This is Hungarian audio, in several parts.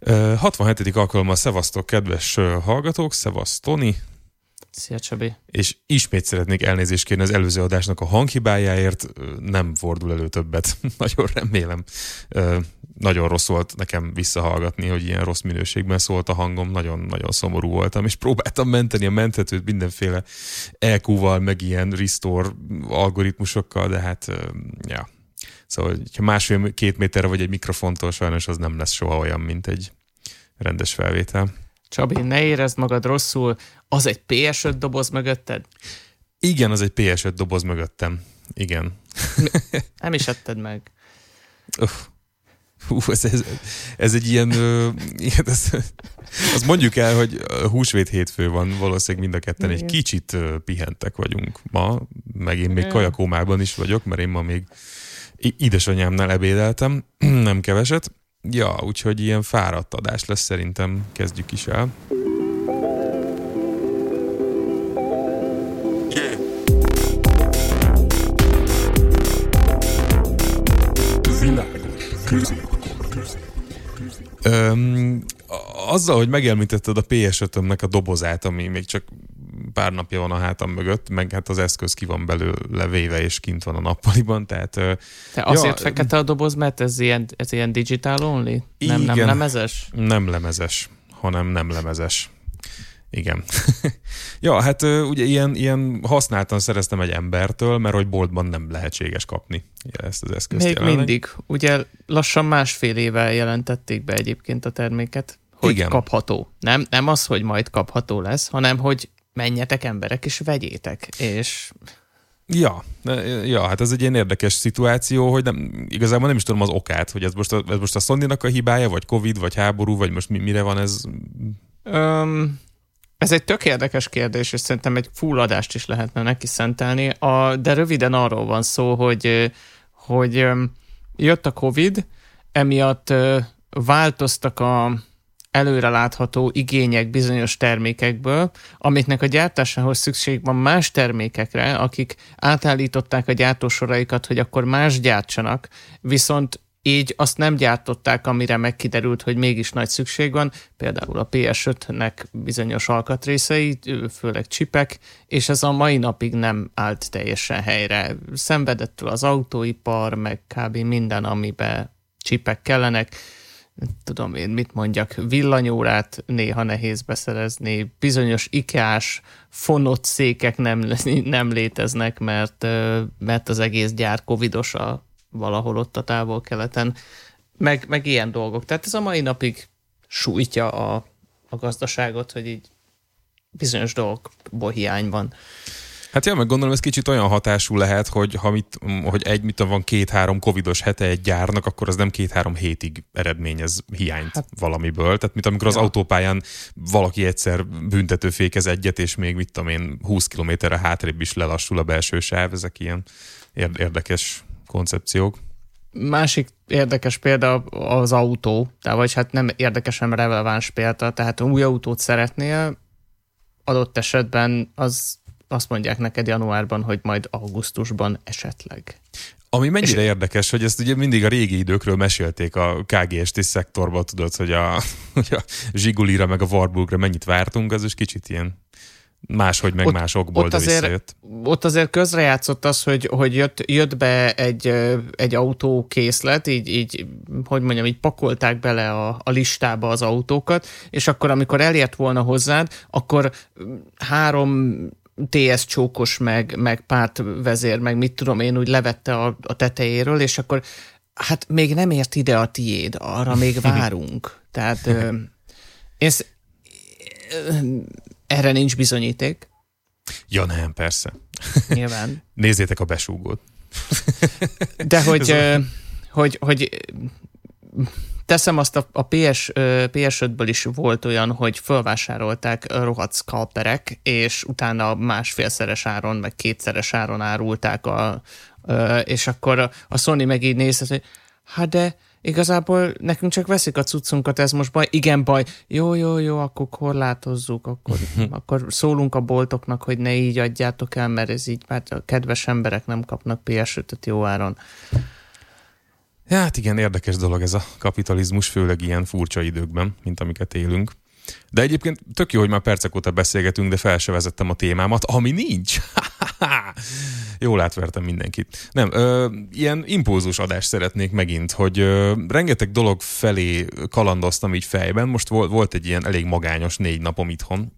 67. alkalommal szevasztok, kedves hallgatók, szevasz Toni. Szia Csabi. És ismét szeretnék elnézést kérni az előző adásnak a hanghibájáért, nem fordul elő többet, nagyon remélem. Nagyon rossz volt nekem visszahallgatni, hogy ilyen rossz minőségben szólt a hangom, nagyon-nagyon szomorú voltam, és próbáltam menteni a menthetőt mindenféle EQ-val, meg ilyen restore algoritmusokkal, de hát, ja. Szóval, ha másfél-két méterre vagy egy mikrofontól, sajnos az nem lesz soha olyan, mint egy rendes felvétel. Csabi, ne érezd magad rosszul, az egy PS5 doboz mögötted? Igen, az egy PS5 doboz mögöttem. Igen. Nem is etted meg. Ez egy ilyen... azt mondjuk el, hogy húsvét hétfő van, valószínűleg mind a ketten egy kicsit pihentek vagyunk ma, meg én még kajakómában is vagyok, mert én ma még édesanyámnál ebédeltem, nem keveset. Ja, úgyhogy ilyen fáradt adás lesz, szerintem kezdjük is el. Azzal, hogy megelmítetted a PS5-ömnek a dobozát, ami még csak pár napja van a hátam mögött, meg hát az eszköz ki van belőle véve, és kint van a nappaliban, tehát... Te azért fekete a doboz, mert ez ilyen digital only? Nem lemezes? Nem lemezes, hanem nem lemezes. Igen. Ja, hát ugye ilyen használtan szereztem egy embertől, mert hogy boltban nem lehetséges kapni ezt az eszközt. Még jelenleg. Mindig. Ugye lassan másfél éve jelentették be egyébként a terméket, hogy igen. Kapható. Nem az, hogy majd kapható lesz, hanem hogy menjetek emberek és vegyétek. És... Ja, hát ez egy ilyen érdekes szituáció, hogy igazából nem is tudom az okát, hogy ez most a Sony-nak a hibája, vagy Covid, vagy háború, vagy most mire van ez? Ez egy tök érdekes kérdés, és szerintem egy full adást is lehetne neki szentelni, de röviden arról van szó, hogy jött a Covid, emiatt változtak a előrelátható igények bizonyos termékekből, amiknek a gyártásához szükség van más termékekre, akik átállították a gyártósoraikat, hogy akkor más gyártsanak, viszont így azt nem gyártották, amire megkiderült, hogy mégis nagy szükség van, például a PS5-nek bizonyos alkatrészei, főleg csipek, és ez a mai napig nem állt teljesen helyre. Szenvedettől az autóipar, meg kb. Minden, amiben csipek kellenek. Tudom én, mit mondjak, villanyórát néha nehéz beszerezni, bizonyos IKEA-s fonott székek nem léteznek, mert az egész gyár covidos valahol ott a távol-keleten, meg ilyen dolgok. Tehát ez a mai napig sújtja a gazdaságot, hogy így bizonyos dolgokból hiány van. Hát ja, meg gondolom, ez kicsit olyan hatású lehet, hogy mit van 2-3 covidos hete egy gyárnak, akkor az nem 2-3 hétig eredményez hiányt valamiből. Tehát mint amikor az autópályán valaki egyszer büntetőfékez egyet, és még 20 kilométerre hátrébb is lelassul a belső sáv. Ezek ilyen érdekes koncepciók. Másik érdekes példa az autó, vagy hát nem érdekesen releváns példa, tehát új autót szeretnél, adott esetben azt mondják neked januárban, hogy majd augusztusban esetleg. Ami mennyire érdekes, hogy ezt ugye mindig a régi időkről mesélték a KGST szektorban, tudod, hogy a Zsigulira meg a Warburgra mennyit vártunk, az is kicsit ilyen máshogy meg más okból, de visszajött. Ott azért közrejátszott az, hogy jött be egy autókészlet, így, hogy mondjam, így pakolták bele a listába az autókat, és akkor, amikor elért volna hozzád, akkor 3 TS csókos, meg pártvezér, meg mit tudom én, úgy levette a tetejéről, és akkor hát még nem ért ide a tiéd, arra még várunk. Tehát erre nincs bizonyíték. Ja nem, persze. Nyilván. Nézzétek a besúgót. De hogy teszem azt, a PS5-ből is volt olyan, hogy felvásárolták rohadt scalperek, és utána másfélszeres áron, meg 2-szeres áron árulták, és akkor a Sony meg így nézett, hogy hát de igazából nekünk csak veszik a cuccunkat, ez most baj. Igen, baj. Jó, akkor korlátozzuk, akkor szólunk a boltoknak, hogy ne így adjátok el, mert ez így, mert a kedves emberek nem kapnak PS5-öt jó áron. Hát igen, érdekes dolog ez a kapitalizmus, főleg ilyen furcsa időkben, mint amiket élünk. De egyébként tök jó, hogy már percek óta beszélgetünk, de fel se vezettem a témámat, ami nincs. Jól átvertem mindenkit. Nem, ilyen impulzus adást szeretnék megint, hogy rengeteg dolog felé kalandoztam így fejben. Most volt egy ilyen elég magányos 4 napom itthon.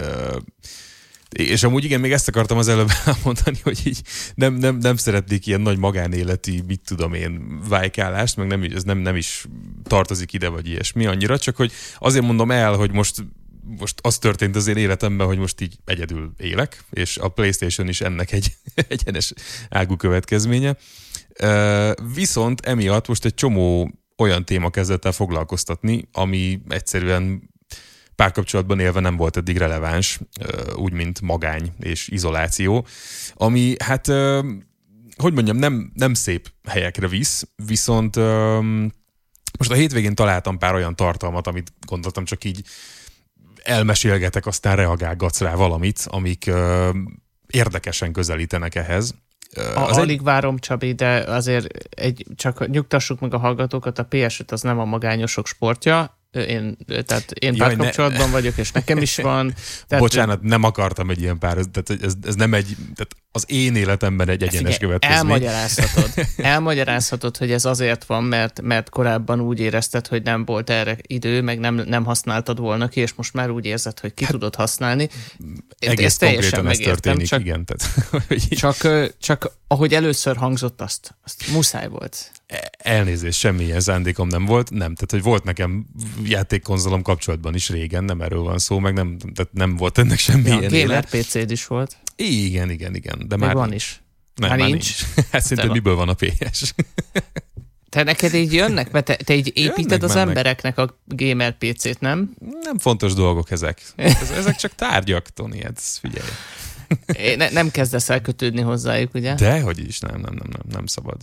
És amúgy igen, még ezt akartam az előbb elmondani, hogy így nem szeretnék ilyen nagy magánéleti, mit tudom én, vájkálást, meg ez nem is tartozik ide, vagy ilyesmi annyira, csak hogy azért mondom el, hogy most az történt az én életemben, hogy most így egyedül élek, és a PlayStation is ennek egy egyenes ágú következménye. Viszont emiatt most egy csomó olyan téma kezdett el foglalkoztatni, ami egyszerűen párkapcsolatban élve nem volt eddig releváns, úgy, mint magány és izoláció, ami hát, hogy mondjam, nem szép helyekre visz, viszont most a hétvégén találtam pár olyan tartalmat, amit gondoltam csak így elmesélgetek, aztán reagálgatsz rá valamit, amik érdekesen közelítenek ehhez. Alig várom, Csabi, de azért csak nyugtassuk meg a hallgatókat, a PS5 az nem a magányosok sportja. Én párkapcsolatban vagyok, és nekem is van. Tehát, bocsánat, nem akartam egy ilyen pár, tehát ez nem egy, tehát az én életemben egy egyenes következmény. Elmagyarázhatod, hogy ez azért van, mert korábban úgy érezted, hogy nem volt erre idő, meg nem használtad volna ki, és most már úgy érzed, hogy ki tudod használni. Egész konkrétan ez történik, igen. Csak ahogy először hangzott, azt muszáj volt. Elnézést, semmilyen szándékom nem volt, tehát hogy volt nekem játékkonzolom kapcsolatban is régen, nem erről van szó, meg nem volt ennek semmilyen gamer PC-d is volt. Igen. De már van is. Nem, már nincs. Hát szerinted miből van a PS? Te neked így jönnek? Mert te így építed az embereknek a gamer PC-t, nem? Nem fontos dolgok ezek. Ezek csak tárgyak, Toni, hát figyelj. Nem kezdesz el kötődni hozzájuk, ugye? Dehogy is, nem szabad.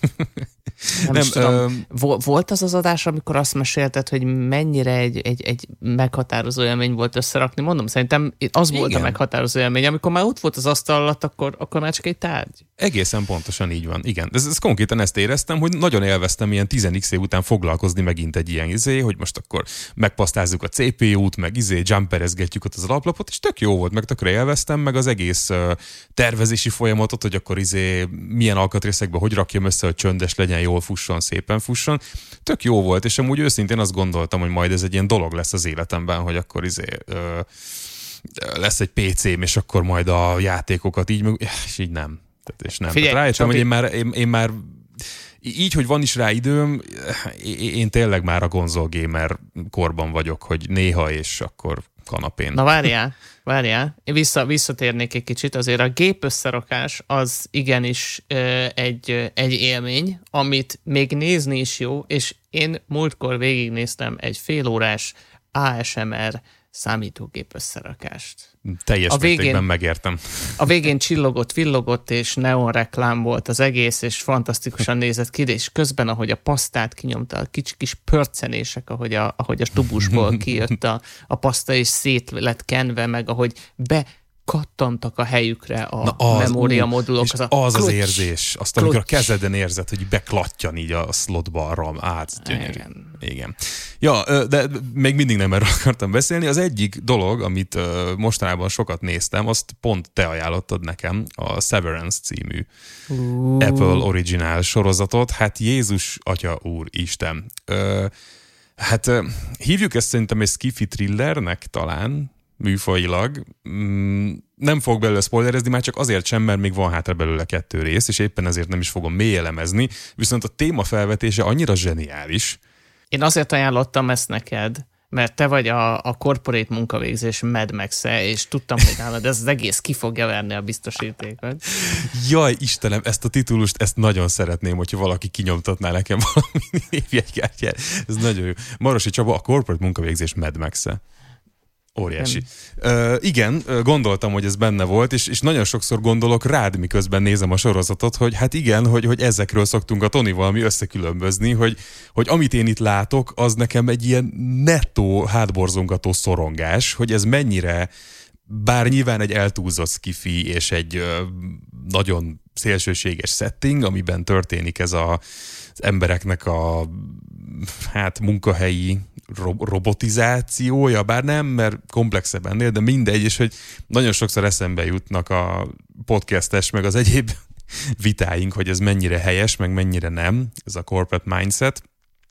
Volt az adás, amikor azt mesélted, hogy mennyire egy meghatározó élmény volt összerakni? Mondom, szerintem az volt a meghatározó élmény. Amikor már ott volt az asztal alatt, akkor már csak egy tárgy. Egészen pontosan így van, igen. Ez konkrétan ezt éreztem, hogy nagyon élveztem ilyen 10x év után foglalkozni megint egy ilyen hogy most akkor megpasztázzuk a CPU-t, meg jumperezgetjük ott az alaplapot, és tök jó volt, meg tökre élveztem, meg az egész tervezési folyamatot, hogy akkor milyen alkatrészekbe hogy rakjam össze, hogy csöndes legyen, jól fusson, szépen fusson. Tök jó volt, és amúgy őszintén azt gondoltam, hogy majd ez egy ilyen dolog lesz az életemben, hogy akkor lesz egy PC-m, és akkor majd a játékokat és így nem. És nem. Figyelj, rájöttem, hogy én már így, hogy van is rá időm, én tényleg már a konzol gamer korban vagyok, hogy néha, és akkor kanapén. Na várjál. Én visszatérnék egy kicsit. Azért a gép összerakás az igenis egy élmény, amit még nézni is jó, és én múltkor végignéztem egy félórás ASMR számítógép összerakást. Teljes mértékben megértem. A végén csillogott, villogott, és neon reklám volt az egész, és fantasztikusan nézett ki, és közben, ahogy a pasztát kinyomta, a kis pörcenések, ahogy a tubusból kijött a paszta, és szét lett kenve, meg, ahogy kattantak a helyükre a memóriamodulok. Az érzés, azt amikor a kezeden érzed, hogy beklattyan így a slotba a RAM. Gyönyörű. Igen. Ja, de még mindig nem erről akartam beszélni. Az egyik dolog, amit mostanában sokat néztem, azt pont te ajánlottad nekem, a Severance című Apple Original sorozatot. Hát Jézus, Atya, Úr, Isten. Hívjuk ezt szerintem egy sci-fi thrillernek talán, műfajilag. Nem fogok belőle spoilerezni, már csak azért sem, mert még van hátra belőle 2 rész, és éppen ezért nem is fogom mély elemezni, viszont a téma felvetése annyira zseniális. Én azért ajánlottam ezt neked, mert te vagy a corporate munkavégzés Mad Max-e, és tudtam, hogy nálad ez az egész ki fogja verni a biztosítékot. Jaj, Istenem, ezt a titulust, ezt nagyon szeretném, hogyha valaki kinyomtatná nekem valami névjegykártyát. Ez nagyon jó. Marosi Csaba, a corporate munkavégzés Mad Max-e. Óriási. Igen, gondoltam, hogy ez benne volt, és nagyon sokszor gondolok rád, miközben nézem a sorozatot, hogy hát igen, hogy ezekről szoktunk a Tonival mi összekülönbözni, hogy amit én itt látok, az nekem egy ilyen nettó hátborzongató szorongás, hogy ez mennyire bár nyilván egy eltúlzott sci-fi és egy nagyon szélsőséges setting, amiben történik ez az embereknek a munkahelyi robotizációja, bár nem, mert komplexebb ennél, de mindegy, és hogy nagyon sokszor eszembe jutnak a podcastes, meg az egyéb vitáink, hogy ez mennyire helyes, meg mennyire nem, ez a corporate mindset.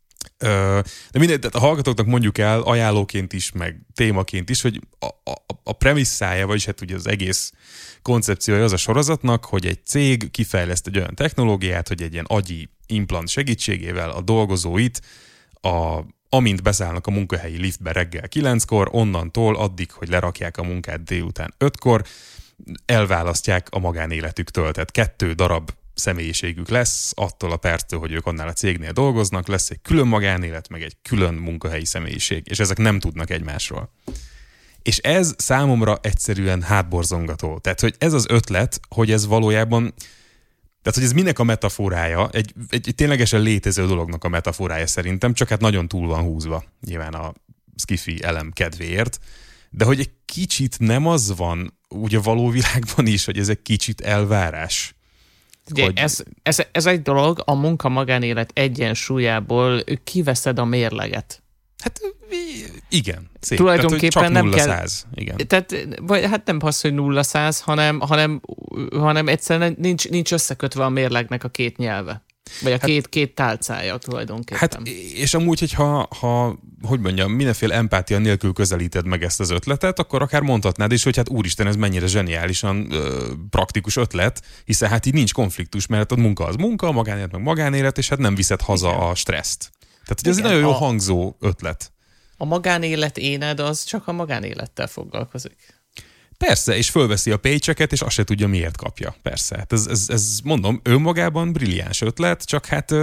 De mindegy, tehát a hallgatóknak mondjuk el ajánlóként is, meg témaként is, hogy a premisszája, vagyis hát ugye az egész koncepciója az a sorozatnak, hogy egy cég kifejleszt egy olyan technológiát, hogy egy ilyen agyi implant segítségével a dolgozóit, amint beszállnak a munkahelyi liftbe reggel 9-kor, onnantól addig, hogy lerakják a munkát délután 5-kor, elválasztják a magánéletüktől. Tehát 2 darab személyiségük lesz, attól a perctől, hogy ők annál a cégnél dolgoznak, lesz egy külön magánélet, meg egy külön munkahelyi személyiség, és ezek nem tudnak egymásról. És ez számomra egyszerűen hátborzongató. Tehát, hogy ez az ötlet, hogy ez valójában, tehát, hogy ez minek a metaforája, egy ténylegesen létező dolognak a metaforája szerintem, csak hát nagyon túl van húzva, nyilván a sci-fi elem kedvéért, de hogy egy kicsit nem az van, ugye a való világban is, hogy ez egy kicsit elvárás. Ugye, hogy... ez egy dolog, a munka-magánélet egyensúlyából kiveszed a mérleget. Hát igen. Szép. Tulajdonképpen tehát, nem kell... 0-100. Igen. Tehát, vagy hát nem az, hogy 0-100, hanem egyszerűen nincs összekötve a mérlegnek a két nyelve. Vagy a két tálcája tulajdonképpen. Hát, és amúgy, hogyha hogy mondjam, mindenféle empátia nélkül közelíted meg ezt az ötletet, akkor akár mondhatnád is, hogy hát úristen, ez mennyire zseniálisan praktikus ötlet, hiszen hát így nincs konfliktus, mert a munka az munka, a magánélet meg magánélet, és hát nem viszed haza a stresszt. Tehát hogy ez egy nagyon jó hangzó ötlet. A magánélet éned az csak a magánélettel foglalkozik. Persze, és fölveszi a paychecket, és azt se tudja, miért kapja. Persze, hát ez mondom, önmagában brilliáns ötlet, csak hát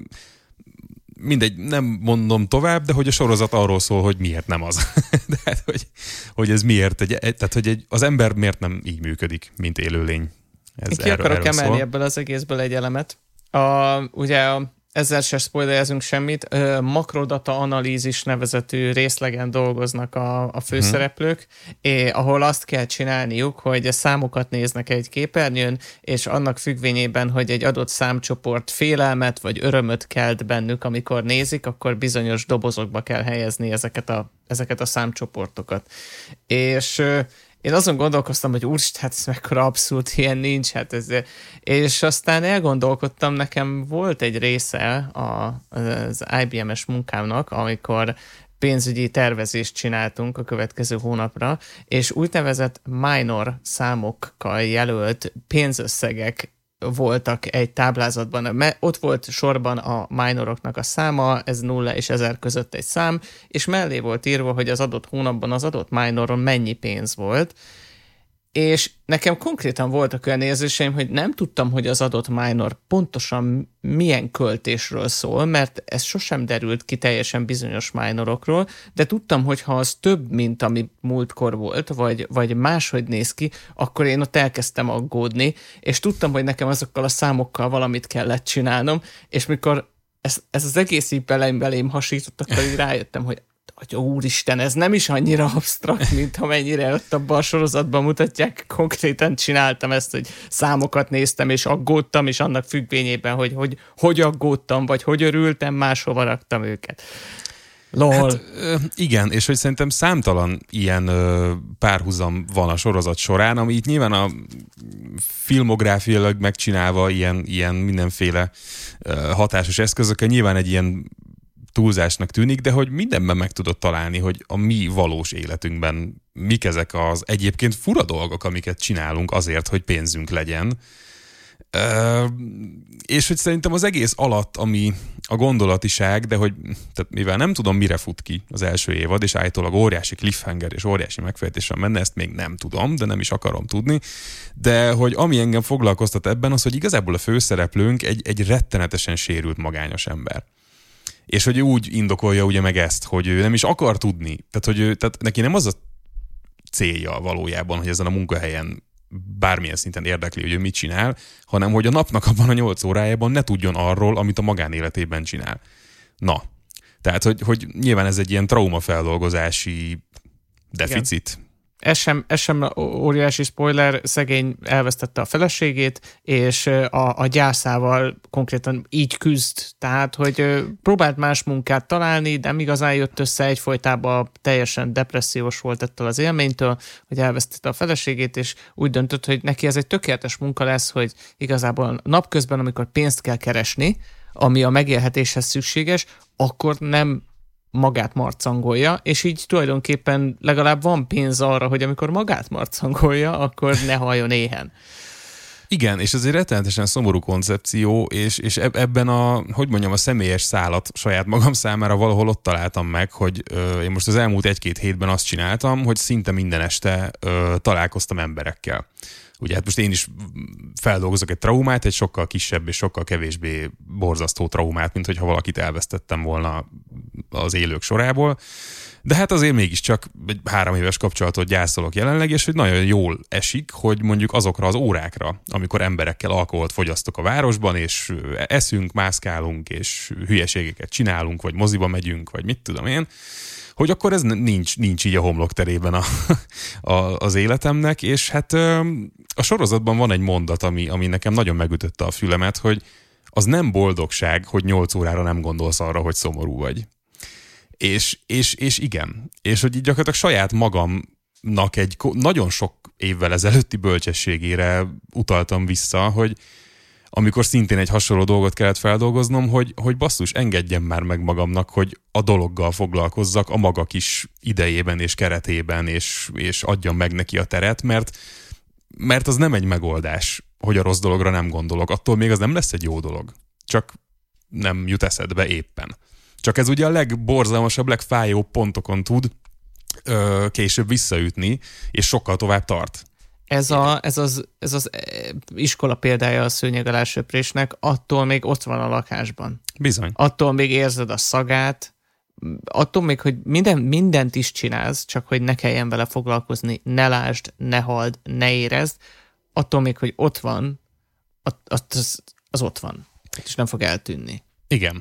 mindegy, nem mondom tovább, de hogy a sorozat arról szól, hogy miért nem az. De hát, hogy ez miért, tehát hogy az ember miért nem így működik, mint élőlény. Én ki akarok emelni ebből az egészből egy elemet. Ugye ezzel se spoilerezünk semmit. Makrodata analízis nevezetű részlegen dolgoznak a főszereplők, ahol azt kell csinálniuk, hogy számokat néznek egy képernyőn, és annak függvényében, hogy egy adott számcsoport félelmet vagy örömöt kelt bennük, amikor nézik, akkor bizonyos dobozokba kell helyezni ezeket a számcsoportokat. És én azon gondolkoztam, hogy úristen, hát ez mekkora abszurd, ilyen nincs. És aztán elgondolkodtam, nekem volt egy része az IBM-es munkámnak, amikor pénzügyi tervezést csináltunk a következő hónapra, és úgynevezett minor számokkal jelölt pénzösszegek voltak egy táblázatban. Ott volt sorban a minoroknak a száma, ez 0 és 1000 között egy szám, és mellé volt írva, hogy az adott hónapban az adott minoron mennyi pénz volt, és nekem konkrétan voltak olyan érzéseim, hogy nem tudtam, hogy az adott minor pontosan milyen költésről szól, mert ez sosem derült ki teljesen bizonyos minorokról, de tudtam, hogy ha az több, mint ami múltkor volt, vagy máshogy néz ki, akkor én ott elkezdtem aggódni, és tudtam, hogy nekem azokkal a számokkal valamit kellett csinálnom, és mikor ez az egész így belém hasított, akkor így rájöttem, hogy úristen, ez nem is annyira absztrakt, mint amennyire ott abban a sorozatban mutatják. Konkrétan csináltam ezt, hogy számokat néztem, és aggódtam, és annak függvényében, hogy aggódtam, vagy hogy örültem, máshova raktam őket. Lol. Hát, igen, és hogy szerintem számtalan ilyen párhuzam van a sorozat során, ami itt nyilván a filmográfiailag megcsinálva ilyen mindenféle hatásos eszközökkel nyilván egy ilyen túlzásnak tűnik, de hogy mindenben meg tudod találni, hogy a mi valós életünkben mik ezek az egyébként fura dolgok, amiket csinálunk azért, hogy pénzünk legyen. És hogy szerintem az egész alatt, ami a gondolatiság, de hogy tehát mivel nem tudom, mire fut ki az első évad, és állítólag óriási cliffhanger és óriási megfejtéssel menne, ezt még nem tudom, de nem is akarom tudni, de hogy ami engem foglalkoztat ebben az, hogy igazából a főszereplőnk egy rettenetesen sérült magányos ember. És hogy ő úgy indokolja ugye meg ezt, hogy ő nem is akar tudni. Tehát neki nem az a célja valójában, hogy ezen a munkahelyen bármilyen szinten érdekli, hogy ő mit csinál, hanem hogy a napnak abban a 8 órájában ne tudjon arról, amit a magánéletében csinál. Na, tehát hogy nyilván ez egy ilyen traumafeldolgozási deficit. ez sem óriási spoiler, szegény elvesztette a feleségét, és a gyászával konkrétan így küzd. Tehát, hogy próbált más munkát találni, de nem igazán jött össze, egyfolytában teljesen depressziós volt ettől az élménytől, hogy elvesztette a feleségét, és úgy döntött, hogy neki ez egy tökéletes munka lesz, hogy igazából napközben, amikor pénzt kell keresni, ami a megélhetéshez szükséges, akkor nem magát marcangolja, és így tulajdonképpen legalább van pénz arra, hogy amikor magát marcangolja, akkor ne halljon éhen. Igen, és ez egy rettenetesen szomorú koncepció, és ebben a személyes szálat saját magam számára valahol ott találtam meg, hogy én most az elmúlt 1-2 hétben azt csináltam, hogy szinte minden este találkoztam emberekkel. Ugye hát most én is feldolgozok egy traumát, egy sokkal kisebb és sokkal kevésbé borzasztó traumát, mint hogyha valakit elvesztettem volna az élők sorából. De hát azért mégiscsak egy 3 éves kapcsolatot gyászolok jelenleg, és hogy nagyon jól esik, hogy mondjuk azokra az órákra, amikor emberekkel alkoholt fogyasztok a városban, és eszünk, mászkálunk, és hülyeségeket csinálunk, vagy moziba megyünk, vagy mit tudom én, hogy akkor ez nincs így a homlokterében az életemnek, és hát a sorozatban van egy mondat, ami nekem nagyon megütötte a fülemet, hogy az nem boldogság, hogy 8 órára nem gondolsz arra, hogy szomorú vagy. És igen. És hogy így gyakorlatilag saját magamnak egy nagyon sok évvel ezelőtti bölcsességére utaltam vissza, hogy amikor szintén egy hasonló dolgot kellett feldolgoznom, hogy basszus, engedjem már meg magamnak, hogy a dologgal foglalkozzak a maga kis idejében és keretében, és adjam meg neki a teret, mert az nem egy megoldás, hogy a rossz dologra nem gondolok. Attól még az nem lesz egy jó dolog. Csak nem jut eszedbe éppen. Csak ez ugye a legborzalmasabb, legfájóbb pontokon tud később visszaütni, és sokkal tovább tart. Ez az iskola példája a szőnyeg alá söprésnek, attól még ott van a lakásban. Bizony. Attól még érzed a szagát, attól még, hogy mindent is csinálsz, csak hogy ne kelljen vele foglalkozni, ne lásd, ne halld, ne érezd, attól még, hogy ott van, az ott van, és nem fog eltűnni. Igen.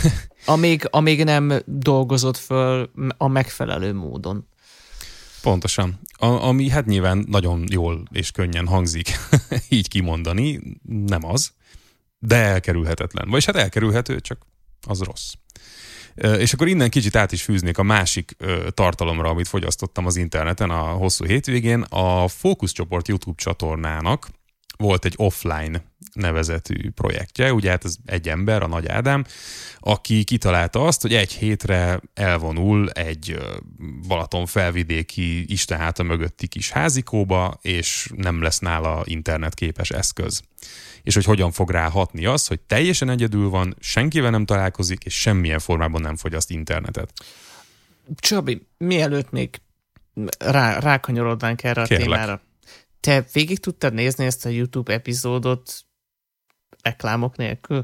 amíg nem dolgozod föl a megfelelő módon. Pontosan. Ami hát nyilván nagyon jól és könnyen hangzik így kimondani, nem az, de elkerülhetetlen. Vagyis hát elkerülhető, csak az rossz. És akkor innen kicsit át is fűznék a másik tartalomra, amit fogyasztottam az interneten a hosszú hétvégén. A Fókuszcsoport YouTube csatornának volt egy offline nevezetű projektje, ugye hát ez egy ember, a Nagy Ádám, aki kitalálta azt, hogy egy hétre elvonul egy Balaton felvidéki istenháta mögötti kis házikóba, és nem lesz nála internetképes eszköz. És hogy hogyan fog rá hatni az, hogy teljesen egyedül van, senkivel nem találkozik, és semmilyen formában nem fogyaszt internetet. Csabi, mielőtt még rákanyarodnánk erre a témára, te végig tudtad nézni ezt a YouTube epizódot reklámok nélkül?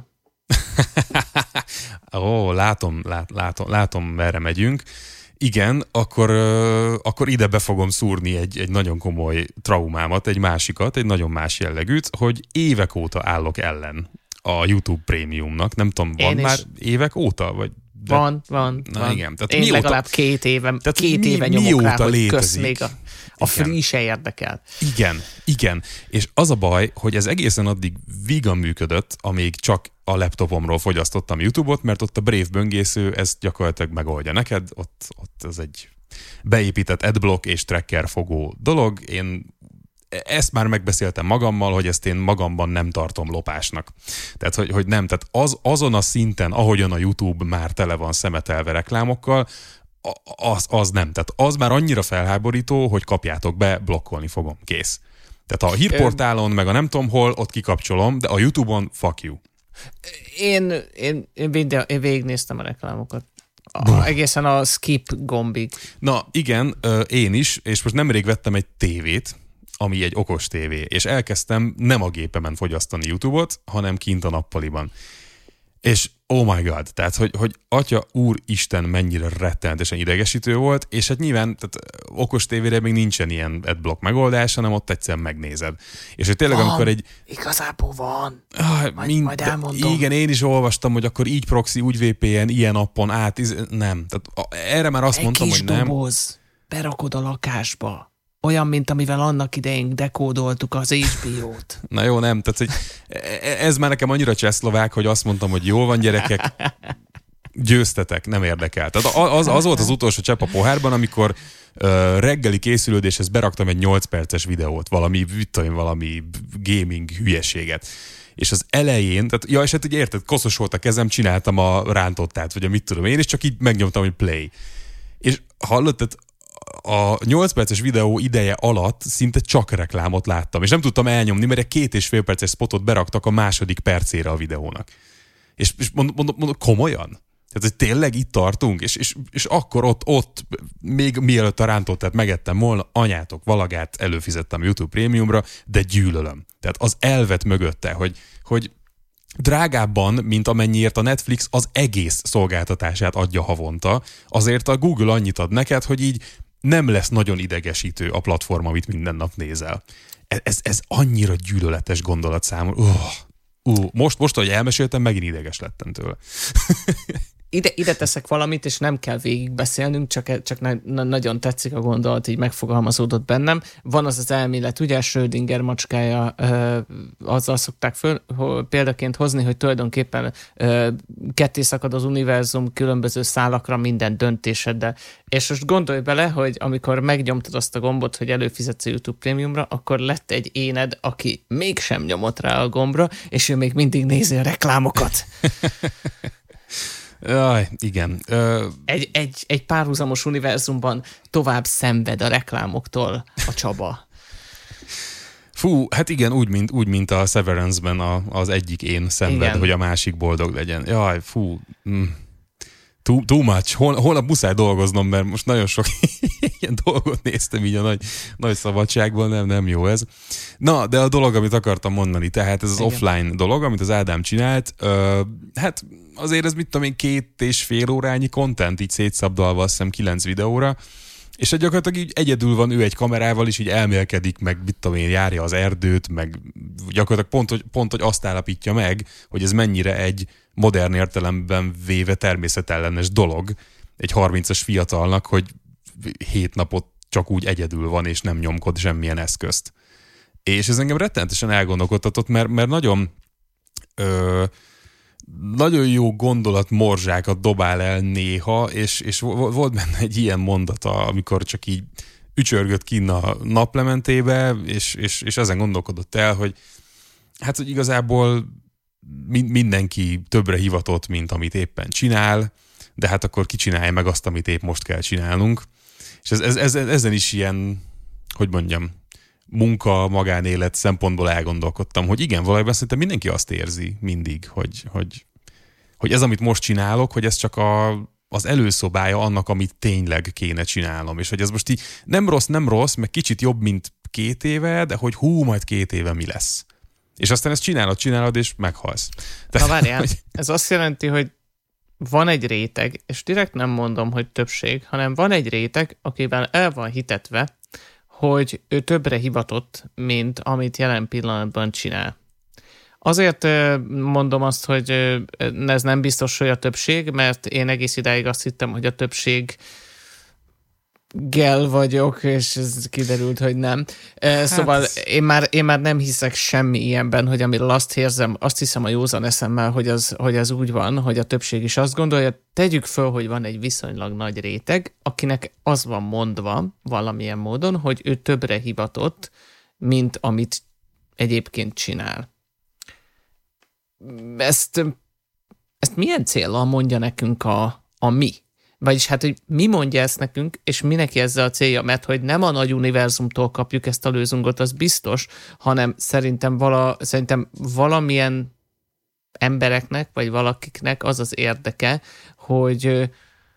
Ó, látom, merre megyünk. Igen, akkor ide be fogom szúrni egy nagyon komoly traumámat, egy másikat, egy nagyon más jellegűt, hogy évek óta állok ellen a YouTube Premiumnak. Nem tudom, van már évek óta? Vagy Van. Igen. Tehát én legalább 2 éve nyomok rá, hogy kösz még a free se érdekel. Igen. És az a baj, hogy ez egészen addig vígan működött, amíg csak a laptopomról fogyasztottam YouTube-ot, mert ott a Brave böngésző ezt gyakorlatilag megoldja neked, ott ez egy beépített adblock és tracker fogó dolog. Én ezt már megbeszéltem magammal, hogy ezt én magamban nem tartom lopásnak. Tehát, hogy nem. Tehát azon a szinten, ahogyan a YouTube már tele van szemetelve reklámokkal, az nem. Tehát az már annyira felháborító, hogy kapjátok be, blokkolni fogom. Kész. Tehát a hírportálon, meg a nem tudom hol, ott kikapcsolom, de a YouTube-on fuck you. Én végignéztem a reklámokat. Egészen a skip gombig. Na igen, én is, és most nemrég vettem egy tévét, ami egy okos tévé, és elkezdtem nem a gépemen fogyasztani YouTube-ot, hanem kint a nappaliban. És oh my god, tehát hogy atya úristen mennyire rettenetesen idegesítő volt, és hát nyilván tehát okos tévére még nincsen ilyen adblock megoldás, hanem ott egyszerűen megnézed. És hogy tényleg amikor egy... Igazából van. Majd elmondom. Igen, én is olvastam, hogy akkor így proxy, úgy VPN, ilyen appon át, nem. Tehát erre már azt mondtam, hogy nem. Egy kis doboz, berakod a lakásba. olyan, mint amivel annak idején dekódoltuk az HBO-t. Na jó, nem, tehát hogy ez már nekem annyira csehszlovák, hogy azt mondtam, hogy jól van gyerekek, győztetek, nem érdekel. Tehát az volt az utolsó csepp a pohárban, amikor reggeli készülődéshez beraktam egy 8 perces videót, valami gaming hülyeséget. És az elején, tehát, és hát ugye érted, koszos volt a kezem, csináltam a rántottát, vagy a mit tudom én, és csak így megnyomtam, hogy play. És hallod, tehát a 8 perces videó ideje alatt szinte csak reklámot láttam, és nem tudtam elnyomni, mert egy 2,5 perces spotot beraktak a második percére a videónak. És mondom, komolyan? Tehát, hogy tényleg itt tartunk, és akkor ott még mielőtt a rántottát megettem volna, anyátok valagát előfizettem YouTube Premiumra, de gyűlölöm. Tehát az elvet mögötte, hogy drágábban, mint amennyiért a Netflix az egész szolgáltatását adja havonta, azért a Google annyit ad neked, hogy így nem lesz nagyon idegesítő a platform, amit minden nap nézel. Ez annyira gyűlöletes gondolat számomra. Most, ahogy elmeséltem, megint ideges lettem tőle. Ide teszek valamit, és nem kell végigbeszélnünk, csak nagyon tetszik a gondolat, így megfogalmazódott bennem. Van az elmélet, ugye Schrödinger macskája, azzal szokták példaként hozni, hogy tulajdonképpen ketté szakad az univerzum különböző szálakra minden döntéseddel. És most gondolj bele, hogy amikor megnyomtad azt a gombot, hogy előfizetsz a YouTube Premiumra, akkor lett egy éned, aki mégsem nyomott rá a gombra, és ő még mindig nézi a reklámokat. Jaj, igen. Egy párhuzamos univerzumban tovább szenved a reklámoktól a Csaba. Fú, hát igen, úgy mint a Severance-ben az egyik én szenved, igen, hogy a másik boldog legyen. Jaj, fú. Too much. Holnap muszáj dolgoznom, mert most nagyon sok ilyen dolgot néztem így a nagy szabadságban, nem jó ez. Na, de a dolog, amit akartam mondani, tehát ez az igen, offline dolog, amit az Ádám csinált, hát azért ez mit tudom én, 2,5 órányi content, így szétszabdalva azt hiszem 9 videóra, és gyakorlatilag így egyedül van ő egy kamerával, és így elmélkedik, meg mit tudom én, járja az erdőt, meg gyakorlatilag pont hogy azt állapítja meg, hogy ez mennyire egy modern értelemben véve természetellenes dolog egy 30-as fiatalnak, hogy 7 napot csak úgy egyedül van, és nem nyomkod semmilyen eszközt. És ez engem rettenetesen elgondolkodtatott, mert nagyon nagyon jó gondolat morzsákat dobál el néha, és volt benne egy ilyen mondata, amikor csak így ücsörgött kinn a naplementébe, és ezen gondolkodott el, hogy hát, hogy igazából mindenki többre hivatott, mint amit éppen csinál, de hát akkor ki csinálja meg azt, amit épp most kell csinálnunk. És ezen is ilyen, hogy mondjam, munka, magánélet szempontból elgondolkodtam, hogy igen, valójában szerintem mindenki azt érzi mindig, hogy ez, amit most csinálok, hogy ez csak az előszobája annak, amit tényleg kéne csinálnom. És hogy ez most így nem rossz, meg kicsit jobb, mint 2 éve, de hogy majd 2 éve mi lesz. És aztán ezt csinálod, és meghalsz. Na várjál, ez azt jelenti, hogy van egy réteg, és direkt nem mondom, hogy többség, hanem van egy réteg, akivel el van hitetve, hogy ő többre hivatott, mint amit jelen pillanatban csinál. Azért mondom azt, hogy ez nem biztos, hogy a többség, mert én egész idáig azt hittem, hogy a többséggel vagyok, és ez kiderült, hogy nem. Szóval én már nem hiszek semmi ilyenben, hogy amiről azt hiszem a józan eszemmel, hogy az úgy van, hogy a többség is azt gondolja. Tegyük föl, hogy van egy viszonylag nagy réteg, akinek az van mondva valamilyen módon, hogy ő többre hivatott, mint amit egyébként csinál. Ezt milyen céllal mondja nekünk a mi? Vagyis hát, hogy mi mondja ezt nekünk, és minek ezzel a célja, mert hogy nem a nagy univerzumtól kapjuk ezt a lőzungot, az biztos, hanem szerintem valamilyen embereknek, vagy valakiknek az az érdeke, hogy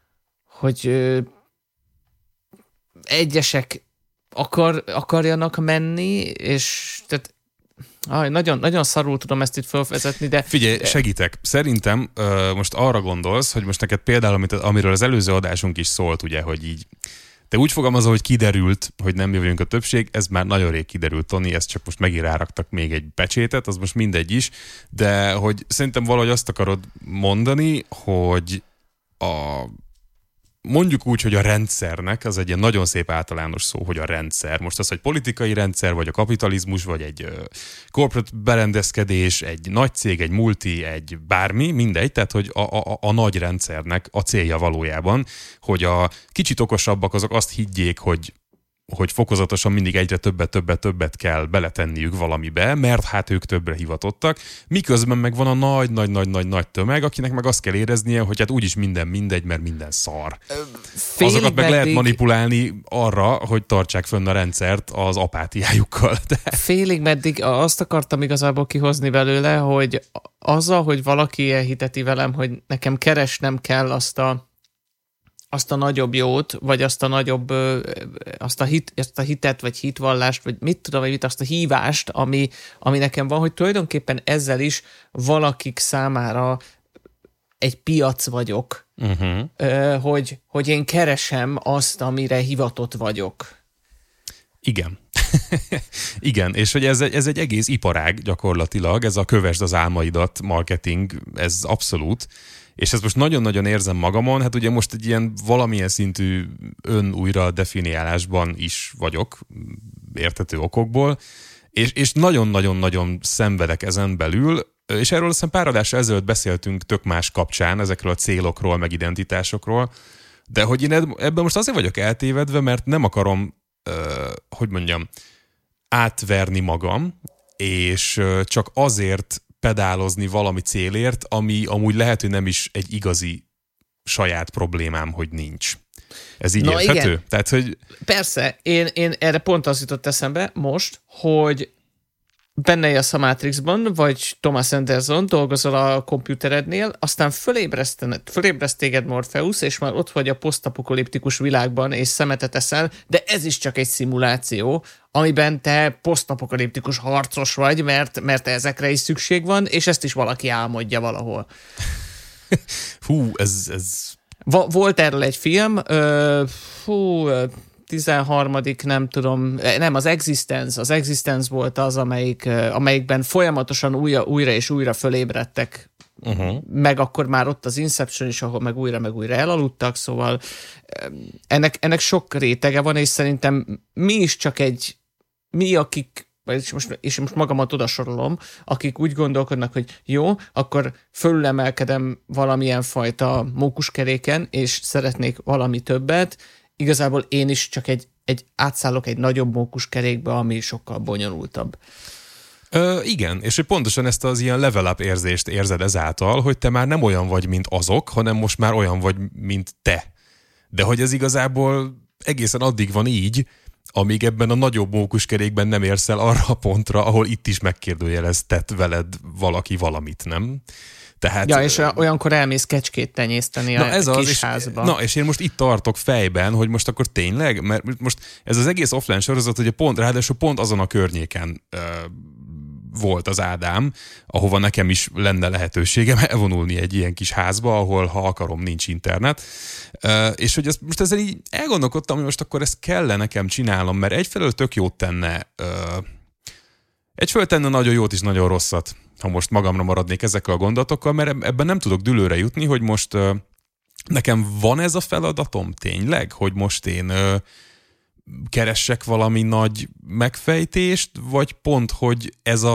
egyesek akarjanak menni, és tehát nagyon, nagyon szarul tudom ezt itt felvezetni, de... Figyelj, segítek. Szerintem most arra gondolsz, hogy most neked például, amiről az előző adásunk is szólt, ugye, hogy így te úgy fogalmazol, hogy kiderült, hogy nem mi vagyunk a többség, ez már nagyon rég kiderült, Toni, ezt csak most megint ráraktak még egy pecsétet, az most mindegy is, de hogy szerintem valahogy azt akarod mondani, hogy mondjuk úgy, hogy a rendszernek, az egy ilyen nagyon szép általános szó, hogy a rendszer. Most az, hogy politikai rendszer, vagy a kapitalizmus, vagy egy corporate berendezkedés, egy nagy cég, egy multi, egy bármi, mindegy, tehát hogy a nagy rendszernek a célja valójában, hogy a kicsit okosabbak azok azt higgyék, hogy fokozatosan mindig egyre többet kell beletenniük valamibe, mert hát ők többre hivatottak, miközben meg van a nagy tömeg, akinek meg azt kell éreznie, hogy hát úgyis minden mindegy, mert minden szar. Azokat meg lehet manipulálni arra, hogy tartsák fönn a rendszert az apátiájukkal. Félig meddig azt akartam igazából kihozni belőle, hogy azzal, hogy valaki elhiteti velem, hogy nekem keresnem kell azt a nagyobb jót, vagy azt a nagyobb, azt a hitet, vagy hitvallást, vagy mit tudom, vagy azt a hívást, ami nekem van, hogy tulajdonképpen ezzel is valakik számára egy piac vagyok, hogy én keresem azt, amire hivatott vagyok. Igen. Igen, és hogy ez egy egész iparág gyakorlatilag, ez a kövesd az álmaidat marketing, ez abszolút. És ezt most nagyon-nagyon érzem magamon, hát ugye most egy ilyen valamilyen szintű újra definiálásban is vagyok, érthető okokból, és nagyon-nagyon-nagyon szenvedek ezen belül, és erről aztán pár adással ezelőtt beszéltünk tök más kapcsán, ezekről a célokról, meg identitásokról, de hogy én ebben most azért vagyok eltévedve, mert nem akarom, átverni magam, és csak azért pedálozni valami célért, ami amúgy lehet, hogy nem is egy igazi saját problémám, hogy nincs. Ez így érthető? Igen. Tehát, hogy... Persze, én erre pont az jutott eszembe most, hogy benne élsz a Matrixban, vagy Thomas Anderson, dolgozol a komputerednél, aztán fölébreszt téged Morpheus, és már ott vagy a posztapokaliptikus világban, és szemetet eszel, de ez is csak egy szimuláció, amiben te posztapokaliptikus harcos vagy, mert ezekre is szükség van, és ezt is valaki álmodja valahol. Hú, ez... Volt erről egy film, 13. az Existence volt az, amelyikben folyamatosan újra és újra fölébredtek, meg akkor már ott az Inception is, ahol meg újra elaludtak, szóval ennek sok rétege van, és szerintem mi is csak akik, és most magamat oda sorolom, akik úgy gondolkodnak, hogy jó, akkor fölülemelkedem valamilyen fajta mókuskeréken, és szeretnék valami többet. Igazából én is csak átszállok egy nagyobb mókuskerékbe, ami sokkal bonyolultabb. Igen, és hogy pontosan ezt az ilyen level up érzést érzed ezáltal, hogy te már nem olyan vagy, mint azok, hanem most már olyan vagy, mint te. De hogy ez igazából egészen addig van így, amíg ebben a nagyobb mókuskerékben nem érsz el arra a pontra, ahol itt is megkérdőjeleztet veled valaki valamit, nem? Tehát, ja, és olyankor elmész kecskét tenyészteni a kis házba. És én most itt tartok fejben, hogy most akkor tényleg, mert most ez az egész offline sorozat, ugye ráadásul pont azon a környéken volt az Ádám, ahova nekem is lenne lehetőségem elvonulni egy ilyen kis házba, ahol, ha akarom, nincs internet. És hogy most ezzel így elgondolkodtam, hogy most akkor ezt kellene nekem csinálnom, mert egyfelől tök jót tenne, egyfelől tenne nagyon jót is, nagyon rosszat, ha most magamra maradnék ezekkel a gondolatokkal, mert ebben nem tudok dűlőre jutni, hogy most nekem van ez a feladatom tényleg, hogy most én keressek valami nagy megfejtést, vagy pont, hogy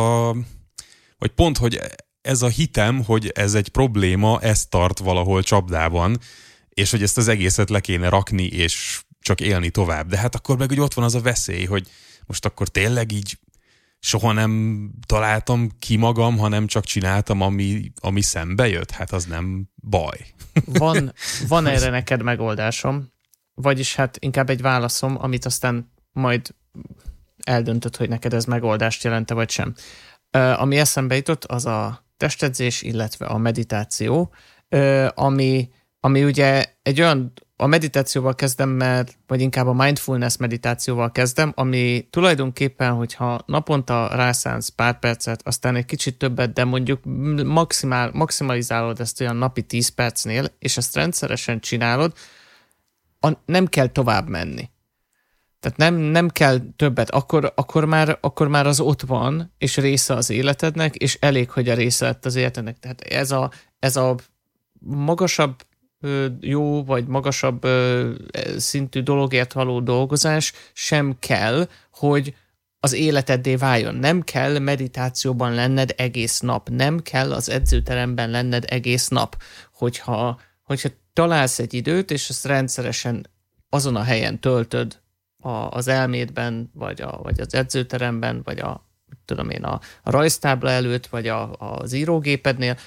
ez a hitem, hogy ez egy probléma, ez tart valahol csapdában, és hogy ezt az egészet le kéne rakni, és csak élni tovább. De hát akkor meg hogy ott van az a veszély, hogy most akkor tényleg így soha nem találtam ki magam, hanem csak csináltam, ami szembe jött. Hát az nem baj. Van erre neked megoldásom, vagyis hát inkább egy válaszom, amit aztán majd eldöntöd, hogy neked ez megoldást jelente, vagy sem. Ami eszembe jutott, az a testedzés, illetve a meditáció, ami ugye egy olyan, a meditációval kezdem, vagy inkább a mindfulness meditációval kezdem, ami tulajdonképpen, hogyha naponta rászánsz pár percet, aztán egy kicsit többet, de mondjuk maximalizálod ezt olyan napi 10 percnél, és ezt rendszeresen csinálod, nem kell tovább menni. Tehát nem kell többet, akkor már az ott van, és része az életednek, és elég, hogy a része lett az életednek. Tehát ez a magasabb jó vagy magasabb szintű dologért való dolgozás sem kell, hogy az életeddé váljon. Nem kell meditációban lenned egész nap. Nem kell az edzőteremben lenned egész nap. Hogyha találsz egy időt, és ezt rendszeresen azon a helyen töltöd az elmédben, vagy az edzőteremben, vagy a rajztábla előtt, vagy az írógépednél,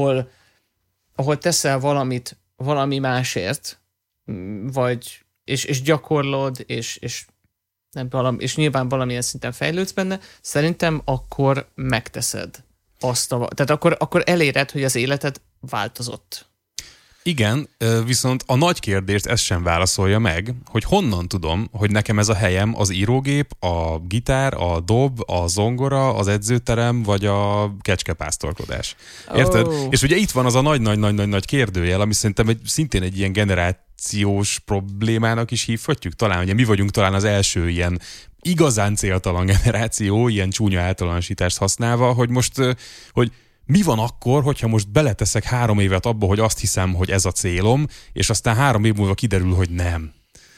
ahol teszel valami másért, vagy és gyakorlod, és nyilván valamilyen szinten fejlődsz benne, szerintem akkor megteszed tehát akkor eléred, hogy az életed változott. Igen, viszont a nagy kérdést ez sem válaszolja meg, hogy honnan tudom, hogy nekem ez a helyem az írógép, a gitár, a dob, a zongora, az edzőterem, vagy a kecskepásztorkodás. Érted? Oh. És ugye itt van az a nagy kérdőjel, ami szerintem szintén egy ilyen generációs problémának is hívhatjuk talán. Ugye mi vagyunk talán az első ilyen igazán céltalan generáció, ilyen csúnya általánosítást használva, hogy most, hogy mi van akkor, hogyha most beleteszek 3 évet abba, hogy azt hiszem, hogy ez a célom, és aztán 3 év múlva kiderül, hogy nem.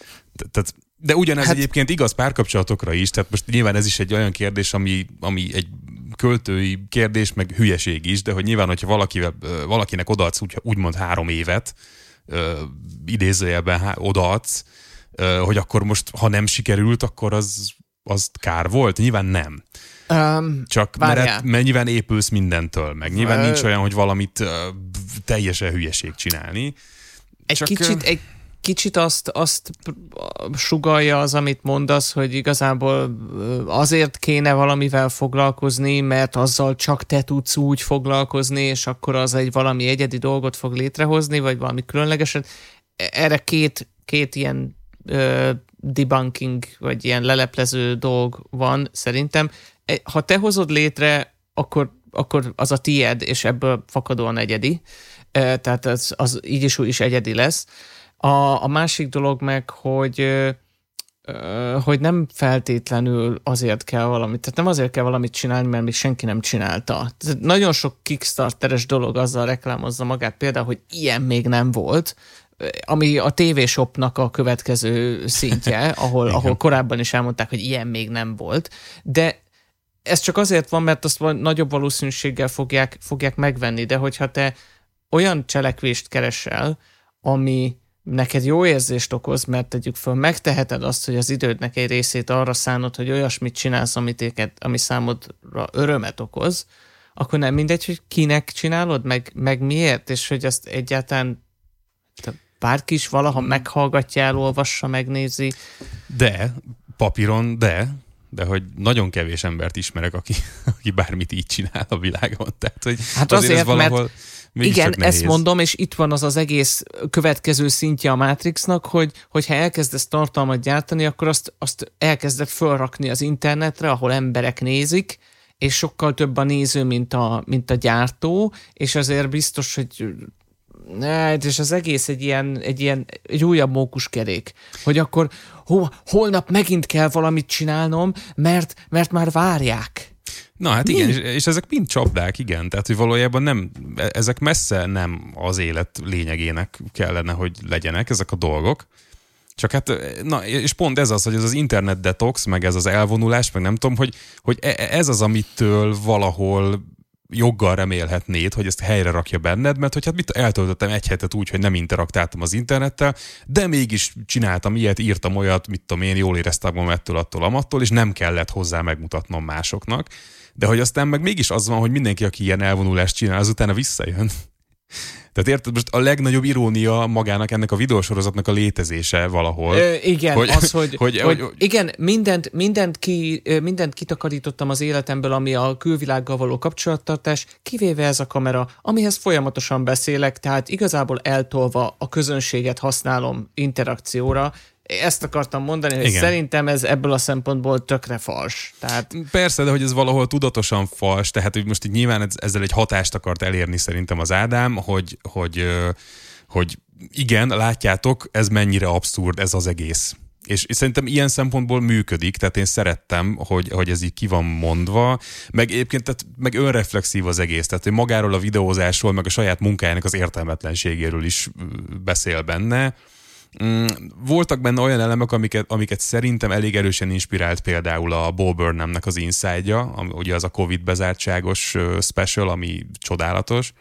De ugyanez egyébként igaz párkapcsolatokra is, tehát most nyilván ez is egy olyan kérdés, ami egy költői kérdés, meg hülyeség is, de hogy nyilván, hogyha valakinek odaadsz úgymond 3 évet, idézőjelben odaadsz, hogy akkor most, ha nem sikerült, akkor az kár volt? Nyilván nem. Csak mert nyilván épülsz mindentől, meg nyilván nincs olyan, hogy valamit teljesen hülyeség csinálni. Egy kicsit azt sugallja az, amit mondasz, hogy igazából azért kéne valamivel foglalkozni, mert azzal csak te tudsz úgy foglalkozni, és akkor az valami egyedi dolgot fog létrehozni, vagy valami különlegeset. Erre két ilyen debunking, vagy ilyen leleplező dolg van szerintem. Ha te hozod létre, akkor az a tied, és ebből fakadóan egyedi. Tehát az így is egyedi lesz. A másik dolog meg, hogy nem feltétlenül azért kell valamit, tehát nem azért kell valamit csinálni, mert még senki nem csinálta. Tehát nagyon sok Kickstarteres dolog azzal reklámozza magát, például, hogy ilyen még nem volt, ami a TV-shopnak a következő szintje, ahol korábban is elmondták, hogy ilyen még nem volt, de ez csak azért van, mert azt nagyobb valószínűséggel fogják megvenni, de hogyha te olyan cselekvést keresel, ami neked jó érzést okoz, mert tegyük föl, megteheted azt, hogy az idődnek egy részét arra szánod, hogy olyasmit csinálsz, ami számodra örömet okoz, akkor nem mindegy, hogy kinek csinálod, meg miért, és hogy azt egyáltalán bárki is valaha meghallgatja, elolvassa, megnézi. De, papíron, de hogy nagyon kevés embert ismerek, aki bármit így csinál a világon. Tehát, hogy hát azért mert igen, ezt mondom, és itt van az egész következő szintje a Matrixnak, hogy ha elkezdesz tartalmat gyártani, akkor azt elkezded fölrakni az internetre, ahol emberek nézik, és sokkal több a néző, mint a gyártó, és azért biztos, hogy és az egész egy újabb mókuskerék, hogy akkor holnap megint kell valamit csinálnom, mert már várják. Na hát igen, és ezek mind csapdák, igen, tehát hogy valójában ezek messze nem az élet lényegének kellene, hogy legyenek ezek a dolgok. Csak hát, és pont ez az, hogy ez az internet detox, meg ez az elvonulás, meg nem tudom, hogy ez az, amitől valahol joggal remélhetnéd, hogy ezt helyre rakja benned, mert hogy hát eltöltöttem egy hetet úgy, hogy nem interaktáltam az internettel, de mégis csináltam ilyet, írtam olyat, mit tudom én, jól éreztem magam ettől, attól, amattól, és nem kellett hozzá megmutatnom másoknak. De hogy aztán meg mégis az van, hogy mindenki, aki ilyen elvonulást csinál, azután visszajön. Tehát érted, most a legnagyobb irónia magának ennek a videósorozatnak a létezése valahol. Igen, igen, mindent kitakarítottam az életemből, ami a külvilággal való kapcsolattartás, kivéve ez a kamera, amihez folyamatosan beszélek, tehát igazából eltolva a közönséget használom interakcióra. Ezt akartam mondani, hogy igen. Szerintem ez ebből a szempontból tökre fals. Tehát... Persze, de hogy ez valahol tudatosan fals, tehát hogy most így nyilván ezzel egy hatást akart elérni szerintem az Ádám, hogy igen, látjátok, ez mennyire abszurd ez az egész. És szerintem ilyen szempontból működik, tehát én szerettem, hogy ez így ki van mondva, meg egyébként tehát, meg önreflexív az egész, tehát hogy magáról a videózásról, meg a saját munkájának az értelmetlenségéről is beszél benne. Voltak benne olyan elemek, amiket szerintem elég erősen inspirált, például a Bo Burnhamnek az Inside-ja, ugye az a Covid bezártságos special, ami csodálatos.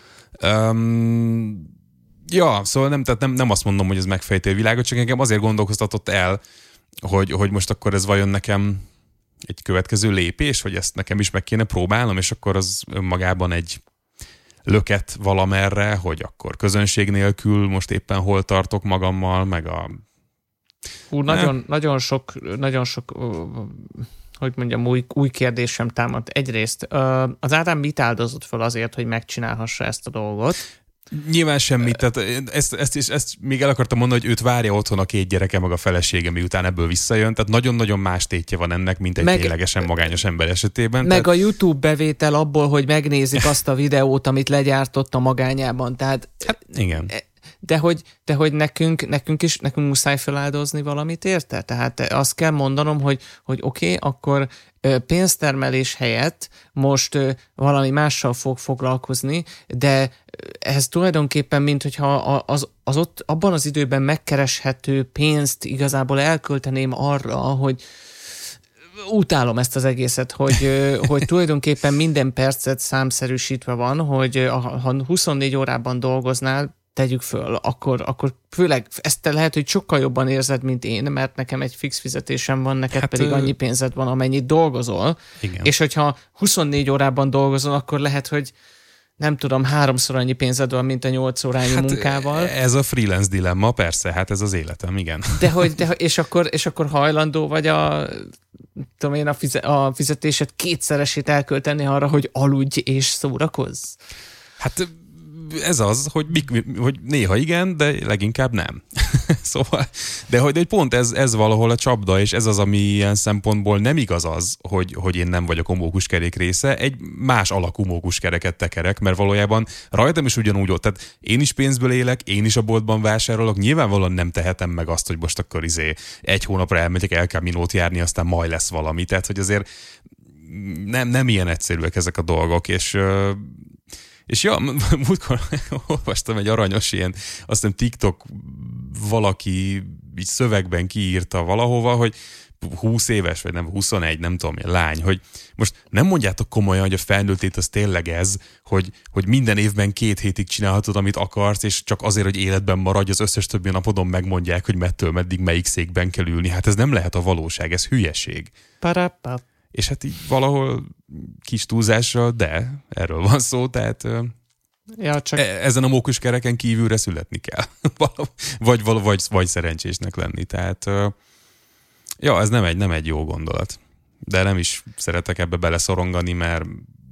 Ja, szóval nem azt mondom, hogy ez megfejti a világot, csak engem azért gondolkoztatott el, hogy most akkor ez vajon nekem egy következő lépés, hogy ezt nekem is meg kéne próbálnom, és akkor az önmagában egy löket valamerre, hogy akkor közönség nélkül most éppen hol tartok magammal, meg a... Nagyon sok, hogy mondjam, új kérdésem támad. Egyrészt az Ádám mit áldozott fel azért, hogy megcsinálhassa ezt a dolgot? Nyilván semmit, tehát ezt még el akartam mondani, hogy őt várja otthon a 2 gyereke, meg a felesége, miután ebből visszajön, tehát nagyon-nagyon más tétje van ennek, mint egy ténylegesen magányos ember esetében. Meg a YouTube bevétel abból, hogy megnézik azt a videót, amit legyártott a magányában, tehát... Hát igen. De hogy nekünk muszáj feláldozni valamit, érte? Tehát azt kell mondanom, hogy oké, akkor pénztermelés helyett most valami mással fog foglalkozni, de ez tulajdonképpen, mint hogyha az ott abban az időben megkereshető pénzt igazából elkölteném arra, hogy utálom ezt az egészet, hogy tulajdonképpen minden percet számszerűsítve van, hogy ha 24 órában dolgoznál, tegyük föl, akkor főleg ezt te lehet, hogy sokkal jobban érzed, mint én, mert nekem egy fix fizetésem van, neked pedig annyi pénzed van, amennyit dolgozol. Igen. És hogyha 24 órában dolgozol, akkor lehet, hogy nem tudom, 3-szor annyi pénzed van, mint a 8 órányi munkával. Ez a freelance dilemma, persze, hát ez az életem, igen. És akkor hajlandó vagy a fizetésed 2-szeresét elkölteni arra, hogy aludj és szórakozz? Hát ez az, hogy néha igen, de leginkább nem. Szóval, de hogy pont ez valahol a csapda, és ez az, ami ilyen szempontból nem igaz az, hogy én nem vagyok a mókuskerék része, egy más alakú mókuskereket tekerek, mert valójában rajtam is ugyanúgy ott, tehát én is pénzből élek, én is a boltban vásárolok, nyilvánvalóan nem tehetem meg azt, hogy most akkor 1 hónapra elmegyek El Caminót járni, aztán majd lesz valami, tehát hogy azért nem ilyen egyszerűek ezek a dolgok, és ja, múltkor olvastam egy aranyos ilyen, azt hiszem TikTok valaki így szövegben kiírta valahova, hogy 20 éves, vagy nem 21, nem tudom, lány, hogy most nem mondjátok komolyan, hogy a felnőttét az tényleg ez, hogy minden évben 2 hétig csinálhatod, amit akarsz, és csak azért, hogy életben maradj, az összes többi napodon megmondják, hogy mettől meddig melyik székben kell ülni. Hát ez nem lehet a valóság, ez hülyeség. Parapap. És hát így valahol kis túlzással, de erről van szó, tehát csak... ezen a mókuskereken kívülre születni kell. vagy szerencsésnek lenni. Tehát ez nem egy jó gondolat. De nem is szeretek ebbe beleszorongani, mert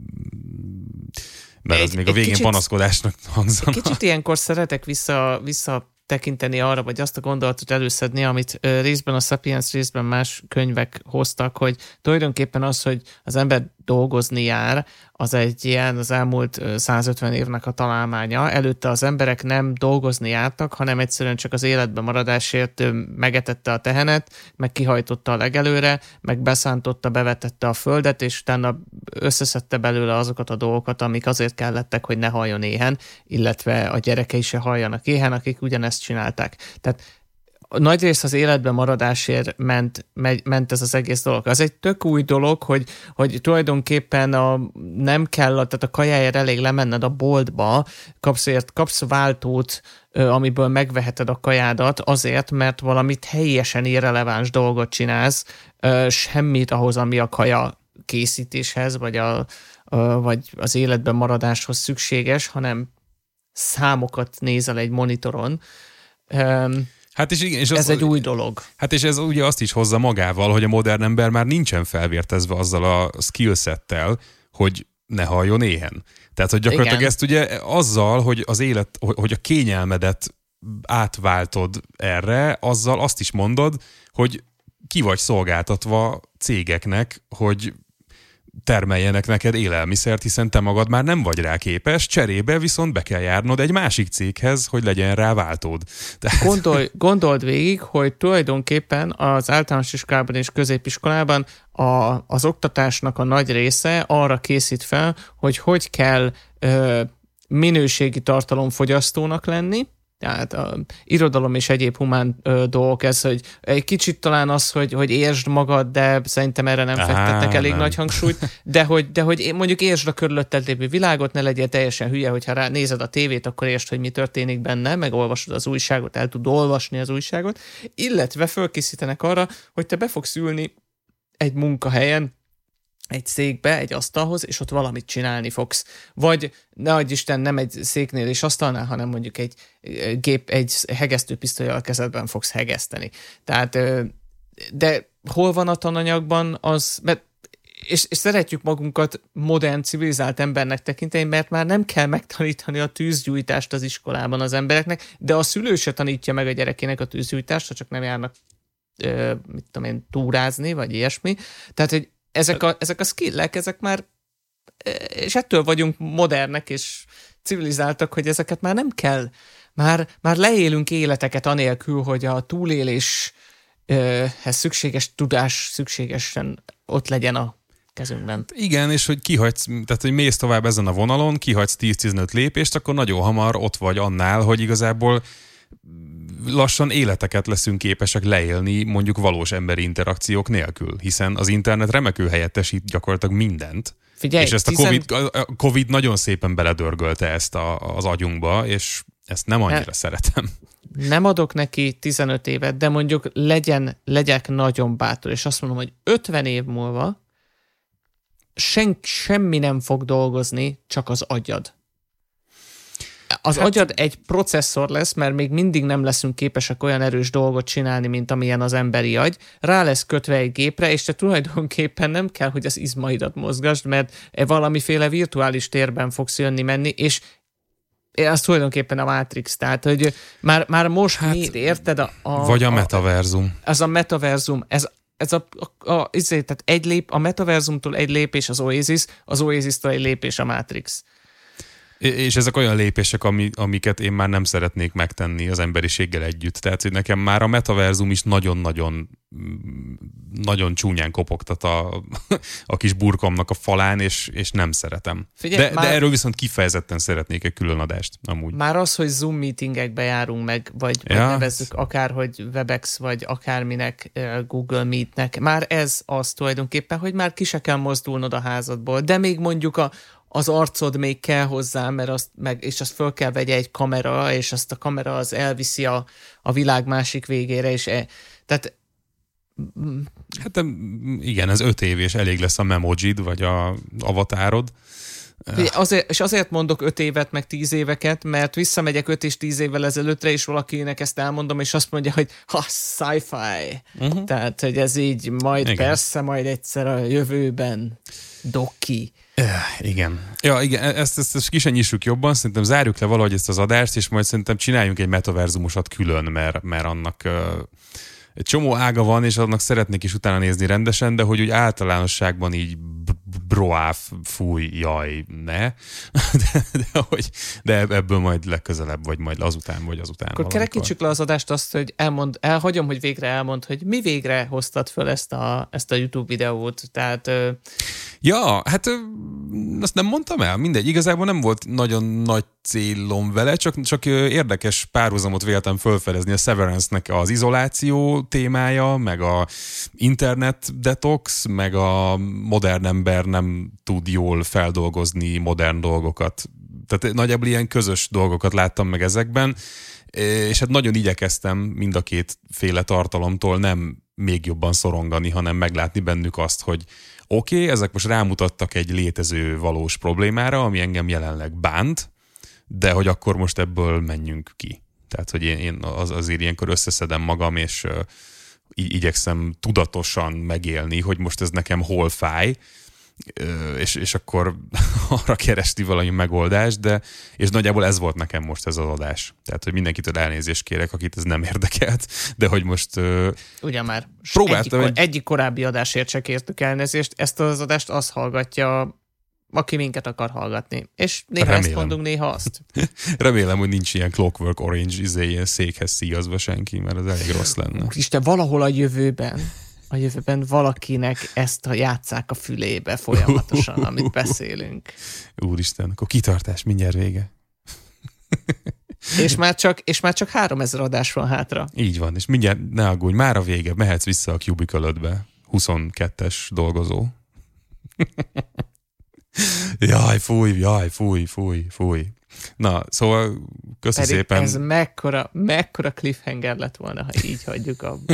az még a végén kicsit, panaszkodásnak hangzana. Kicsit ilyenkor szeretek vissza tekinteni arra, vagy azt a gondolatot előszedni, amit részben a Sapiens, részben más könyvek hoztak, hogy tulajdonképpen az, hogy az ember dolgozni jár, az egy ilyen az elmúlt 150 évnek a találmánya. Előtte az emberek nem dolgozni jártak, hanem egyszerűen csak az életben maradásért megetette a tehenet, meg kihajtotta a legelőre, meg beszántotta, bevetette a földet, és utána összeszedte belőle azokat a dolgokat, amik azért kellettek, hogy ne haljon éhen, illetve a gyerekei se halljanak éhen, akik ugyanezt csinálták. Tehát nagy rész az életben maradásért ment ez az egész dolog. Az egy tök új dolog, hogy tulajdonképpen nem kell, tehát a kajáért elég lemenned a boltba, kapsz váltót, amiből megveheted a kajádat azért, mert valami teljesen irreleváns dolgot csinálsz, semmit ahhoz, ami a kaja készítéshez, vagy az életben maradáshoz szükséges, hanem számokat nézel egy monitoron. Hát és ez egy új dolog. Hát és ez ugye azt is hozza magával, hogy a modern ember már nincsen felvértezve azzal a skillsettel, hogy ne halljon éhen. Tehát, hogy gyakorlatilag ezt ugye azzal, hogy az élet, hogy a kényelmedet átváltod erre, azzal azt is mondod, hogy ki vagy szolgáltatva cégeknek, hogy termeljenek neked élelmiszert, hiszen te magad már nem vagy rá képes, cserébe viszont be kell járnod egy másik céghez, hogy legyen rá váltód. Tehát... Gondold végig, hogy tulajdonképpen az általános iskolában és középiskolában az oktatásnak a nagy része arra készít fel, hogy kell minőségi tartalomfogyasztónak lenni, tehát irodalom és egyéb humán dolgok, ez, hogy egy kicsit talán az, hogy értsd magad, de szerintem erre nem fektetnek elég nagy hangsúlyt, de hogy mondjuk értsd a körülötted lévő világot, ne legyél teljesen hülye, hogyha nézed a tévét, akkor értsd, hogy mi történik benne, meg olvasod az újságot, el tud olvasni az újságot, illetve fölkészítenek arra, hogy te be fogsz ülni egy munkahelyen, egy székbe, egy asztalhoz, és ott valamit csinálni fogsz. Vagy, ne adj Isten, nem egy széknél és asztalnál, hanem mondjuk egy hegesztőpisztollyal a kezedben fogsz hegeszteni. Tehát, de hol van a tananyagban az, mert és szeretjük magunkat modern, civilizált embernek tekinteni, mert már nem kell megtanítani a tűzgyújtást az iskolában az embereknek, de a szülő se tanítja meg a gyerekének a tűzgyújtást, ha csak nem járnak mit tudom én, túrázni, vagy ilyesmi. Tehát, hogy ezek a skillek, ezek már, és ettől vagyunk modernek és civilizáltak, hogy ezeket már nem kell. Már leélünk életeket anélkül, hogy a túléléshez szükséges tudás szükségesen ott legyen a kezünkben. Igen, és hogy kihagysz, tehát hogy mész tovább ezen a vonalon, kihagysz 10-15 lépést, akkor nagyon hamar ott vagy annál, hogy igazából lassan életeket leszünk képesek leélni mondjuk valós emberi interakciók nélkül, hiszen az internet remekül helyettesít gyakorlatilag mindent. Figyelj, és ezt a COVID nagyon szépen beledörgölte ezt az agyunkba, és ezt nem annyira szeretem. Nem adok neki 15 évet, de mondjuk legyek nagyon bátor, és azt mondom, hogy 50 év múlva semmi nem fog dolgozni, csak az agyad. Az agyad egy processzor lesz, mert még mindig nem leszünk képesek olyan erős dolgot csinálni, mint amilyen az emberi agy. Rá lesz kötve egy gépre, és te tulajdonképpen nem kell, hogy az izmaidat mozgasd, mert valamiféle virtuális térben fogsz jönni-menni, és az tulajdonképpen a Matrix, tehát, hogy már most érted? Vagy a metaverzum. Ez a metaverzum, tehát a metaverzumtól egy lépés az Oasis-től egy lépés a Matrix. És ezek olyan lépések, amiket én már nem szeretnék megtenni az emberiséggel együtt. Tehát, hogy nekem már a metaverzum is nagyon-nagyon csúnyán kopogtat a kis burkomnak a falán, és nem szeretem. Figyelj, de erről viszont kifejezetten szeretnék egy külön adást, amúgy. Már az, hogy Zoom meetingekbe járunk meg, vagy nevezzük akárhogy Webex, vagy akárminek Google Meetnek, már ez az tulajdonképpen, hogy már ki se kell mozdulnod a házadból, de még mondjuk az arcod még kell hozzá, mert és azt föl kell vegye egy kamera, és azt a kamera az elviszi a világ másik végére, és tehát... Hát igen, ez 5 év, és elég lesz a memojid, vagy a avatárod. Azért mondok 5 évet, meg 10 éveket, mert visszamegyek 5 és 10 évvel ezelőttre, és valakinek ezt elmondom, és azt mondja, hogy sci-fi. Tehát, hogy ez így igen. Persze majd egyszer a jövőben doki. Igen. Ja, igen, ezt ki sem nyissuk jobban, szerintem zárjuk le valahogy ezt az adást, és majd szerintem csináljunk egy metaverzumosat külön, mert annak egy csomó ága van, és annak szeretnék is utána nézni rendesen, de hogy úgy általánosságban így broáf, fúj, jaj, ne. De ebből majd legközelebb, vagy majd azután, vagy azután. Akkor kerekítsük le az adást azt, hogy elhagyom, hogy végre elmond, hogy mi végre hoztad föl ezt a YouTube videót. Tehát... Ja, hát azt nem mondtam el, mindegy. Igazából nem volt nagyon nagy célom vele, csak érdekes párhuzamot véltem fölfedezni a Severance-nek az izoláció témája, meg a internet detox, meg a modern ember nem tud jól feldolgozni modern dolgokat. Tehát nagyjából ilyen közös dolgokat láttam meg ezekben, és hát nagyon igyekeztem mind a két féle tartalomtól nem még jobban szorongani, hanem meglátni bennük azt, hogy oké, ezek most rámutattak egy létező valós problémára, ami engem jelenleg bánt, de hogy akkor most ebből menjünk ki. Tehát, hogy én azért ilyenkor összeszedem magam, és igyekszem tudatosan megélni, hogy most ez nekem hol fáj, és akkor arra keresti valami megoldást, és nagyjából ez volt nekem most ez az adás. Tehát, hogy mindenkitől elnézést kérek, akit ez nem érdekelt, de hogy most ugye már próbáltam egyik korábbi adásért se kértük elnézést, ezt az adást azt hallgatja, aki minket akar hallgatni. És néha remélem. ezt mondunk, néha azt. Remélem, hogy nincs ilyen Clockwork Orange ilyen székhez szíjazva senki, mert az elég rossz lenne. Úristen, valahol a jövőben valakinek ezt játsszák a fülébe folyamatosan, amit beszélünk. Úristen, akkor kitartás, mindjárt vége. És már csak 3000 adás van hátra. Így van, és mindjárt ne aggódj, már a vége, mehetsz vissza a Cubicle-ödbe. 22-es dolgozó. Jaj, fúj. Na, szóval köszi pedig szépen. Ez mekkora cliffhanger lett volna, ha így hagyjuk abba.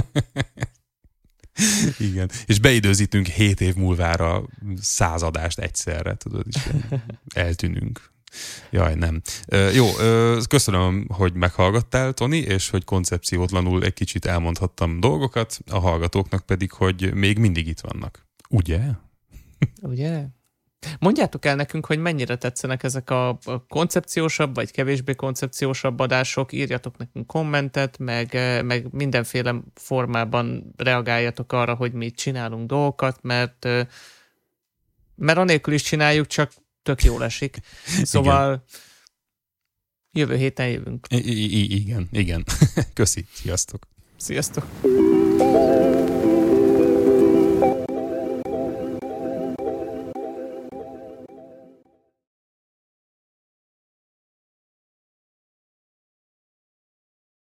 Igen, és beidőzítünk 7 év múlvára 100 adást egyszerre, tudod, és eltűnünk. Jaj, nem. Jó, köszönöm, hogy meghallgattál, Toni, és hogy koncepciótlanul egy kicsit elmondhattam dolgokat, a hallgatóknak pedig, hogy még mindig itt vannak. Ugye? Ugye? Mondjátok el nekünk, hogy mennyire tetszenek ezek a koncepciósabb, vagy kevésbé koncepciósabb adások, írjatok nekünk kommentet, meg mindenféle formában reagáljatok arra, hogy mi csinálunk dolgokat, mert anélkül is csináljuk, csak tök jól esik. Szóval igen. Jövő héten jövünk. Igen. Köszi, sziasztok. Sziasztok.